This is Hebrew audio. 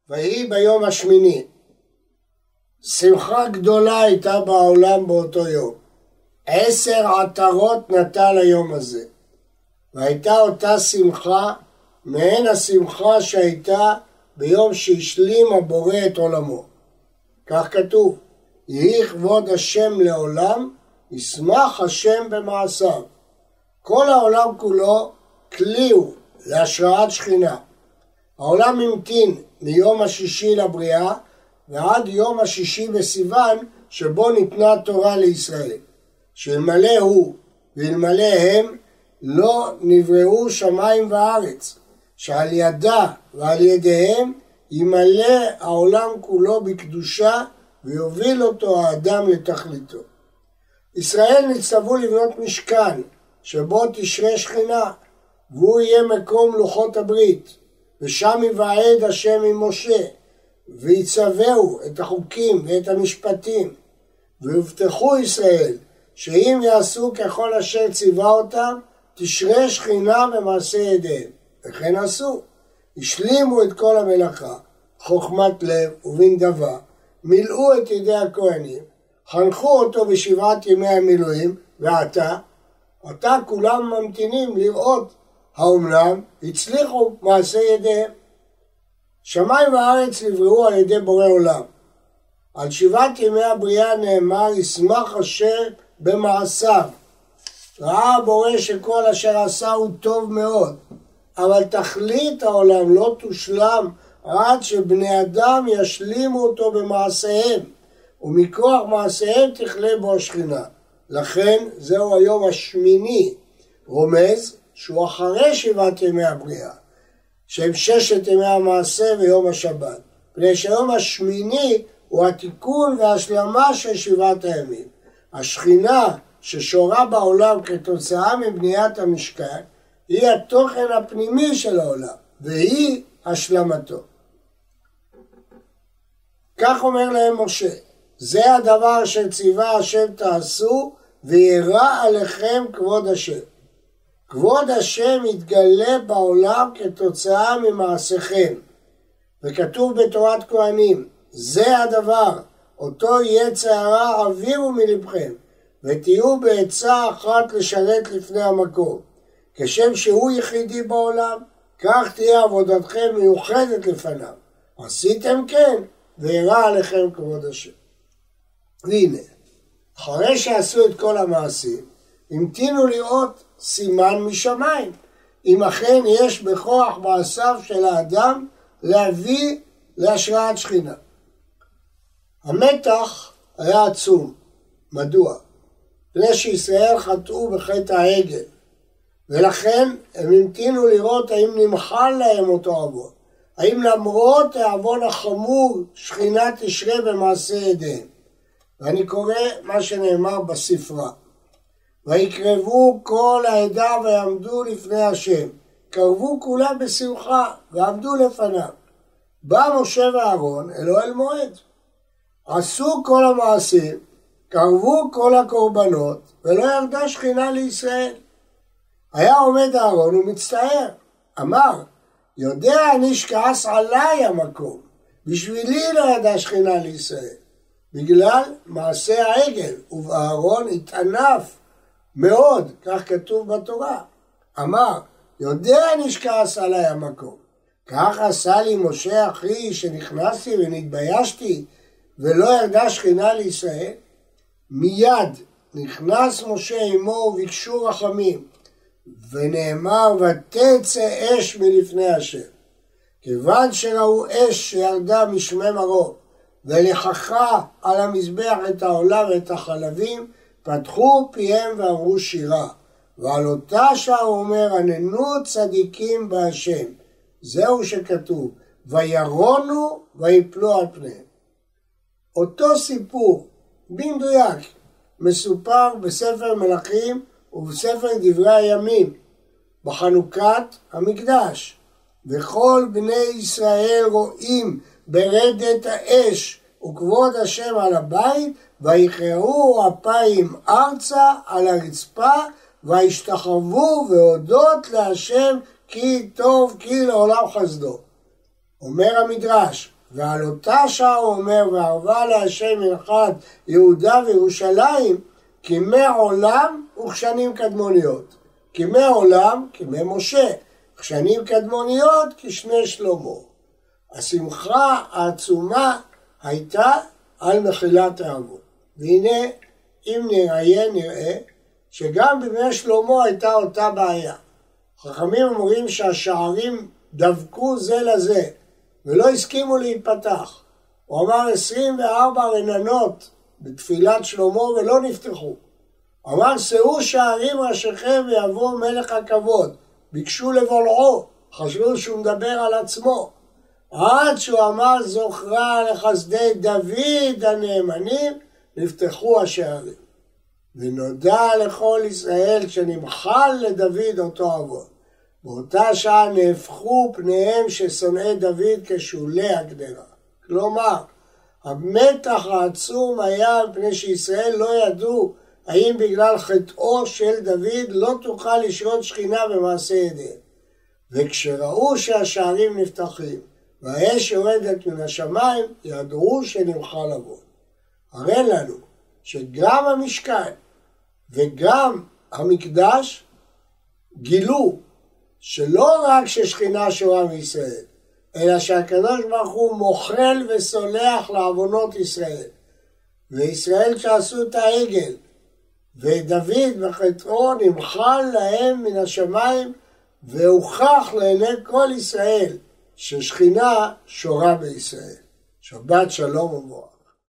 ויהי ביום השמיני. שמחה גדולה הייתה בעולם באותו יום. 10 עטרות נטל היום הזה. והייתה אותה שמחה מעין השמחה שהייתה ביום שהשלים הבורא את עולמו. כך כתוב, יהי כבוד השם לעולם, ישמח השם במעשיו. כל העולם כולו כלי הוא להשראת שכינה. העולם המתין מיום השישי לבריאה ועד יום השישי בסיוון שבו ניתנה תורה לישראל. שאלמלא הוא ואלמלא הם לא נבראו שמיים וארץ, שעל ידה ועל ידיהם ימלא העולם כולו בקדושה ויוביל אותו האדם לתכליתו. ישראל נצטוו לבנות משכן שבו תשרה שכינה, והוא יהיה מקום לוחות הברית, ושם יוועד השם עם משה, ויצווהו את החוקים ואת המשפטים, ויובטחו ישראל שאם יעשו ככל אשר ציווה אותם, תשרה שכינה במעשה ידיהם. וכן עשו. השלימו את כל המלאכה, חוכמת לב ובנדבה, מילאו את ידי הכהנים, חנכו אותו בשבעת ימי המילואים, ועתה כולם ממתינים לראות האומנם הצליחו מעשה ידיהם. שמיים וארץ נבראו על ידי בורא עולם. על 7 ימי הבריאה נאמר, ישמח השם במעשיו. ראה הבורא שכל אשר עשה הוא טוב מאוד, אבל תכלית העולם לא תושלם עד שבני אדם ישלימו אותו במעשיהם, ומכוח מעשיהם תכלה בו השכינה. לכן זהו היום השמיני, רומז שהוא אחרי 7 ימי הבריאה, שהם 6 ימי המעשה ויום השבת. פני שהיום השמיני הוא התיקון וההשלמה של 7 הימים. השכינה ששורה בעולם כתוצאה מבניית המשכן, היא התוכן הפנימי של העולם, והיא השלמתו. כך אומר להם משה, זה הדבר שציווה השם תעשו, וירא עליכם כבוד השם. כבוד השם יתגלה בעולם כתוצאה ממעשיכם. וכתוב בתורת כהנים, זה הדבר, אותו יהיה צערה אבירו מלבכם, ותהיו בעצה אחת לשרת לפני המקום. כשם שהוא יחידי בעולם, כך תהיה עבודתכם מיוחדת לפניו. עשיתם כן, וירא עליכם כבוד השם. והנה, אחרי שעשו את כל המעשים, המתינו לראות סימן משמיים. אם אכן יש בכוח מעשיו של האדם להביא להשראת שכינה. המתח היה עצום. מדוע? לפני שישראל חטאו בחטא העגל, ולכן הם המתינו לראות האם נמחל להם אותו עוון, האם למרות העוון החמור שכינה תשרה במעשה ידיהם. ואני קורא מה שנאמר בספרה, ויקרבו כל העדה ויעמדו לפני השם, קרבו כולם בשמחה ועמדו לפניו. בא משה ואהרון אל אוהל מועד, עשו כל המעשים, קרבו כל הקורבנות, ולא ירדה שכינה לישראל. היה עומד אהרון ומצטער, אמר, יודע אני שכעס עליי המקום, בשבילי לא ירדה שכינה לישראל, בגלל מעשה העגל, ובאהרון התענף מאוד, כך כתוב בתורה. אמר, יודע אני שכעס עליי המקום, כך עשה לי משה אחי שנכנסתי ונתביישתי, ולא ירדה שכינה לישראל. מיד נכנס משה עמו וביקשו רחמים, ונאמר ותצא אש מלפני השם. כיוון שראו אש שירדה משמי מרום, ולחכה על המזבח את העולה ואת החלבים, פתחו פיהם ואמרו שירה. ועל אותה שעה הוא אומר, עננו צדיקים בהשם. זהו שכתוב, וירונו ויפלו על פניהם. אותו סיפור, במדויק, מסופר בספר מלכים ובספר דברי הימים, בחנוכת המקדש. וכל בני ישראל רואים ברדת האש וכבוד השם על הבית, ויקראו אפיים ארצה על הרצפה, וישתחוו והודות להשם כי טוב כי לעולם חסדו. אומר המדרש, ועל אותה שעה הוא אומר, וערבה להשם מנחת יהודה וירושלים, כימי עולם וכשנים קדמוניות. כימי עולם, כימי משה, כשנים קדמוניות, כשני שלמה. השמחה העצומה הייתה על מחילת האבות. והנה, אם נראה שגם בימי שלמה הייתה אותה בעיה. חכמים אומרים שהשערים דבקו זה לזה, ולא הסכימו להיפתח. הוא אמר 24 רננות בתפילת שלמה ולא נפתחו. אמר, שאו שערים ראשיכם ויבוא מלך הכבוד. ביקשו לבולעו, חשבו שהוא מדבר על עצמו. עד שהוא אמר, זוכרה לחסדי דוד הנאמנים, נפתחו השערים. ונודע לכל ישראל שנמחל לדוד אותו אבות. באותה שעה נהפכו פניהם של שונאי דוד כשולי הגדרה. כלומר, המתח העצום היה מפני שישראל לא ידעו האם בגלל חטאו של דוד לא תוכל לשרות שכינה במעשה ידיהם. וכשראו שהשערים נפתחים והאש יורדת מן השמיים, ידעו שנמחל אבות. הרי לנו שגם המשכן וגם המקדש גילו שלא רק ששכינה שורה מישראל, אלא שהקדוש ברוך הוא מוחל וסולח לעוונות ישראל. וישראל שעשו את העגל, ודוד בחטאו נמחל להם מן השמיים, והוכח לעיני כל ישראל ששכינה שורה בישראל. שבת שלום ומבורך.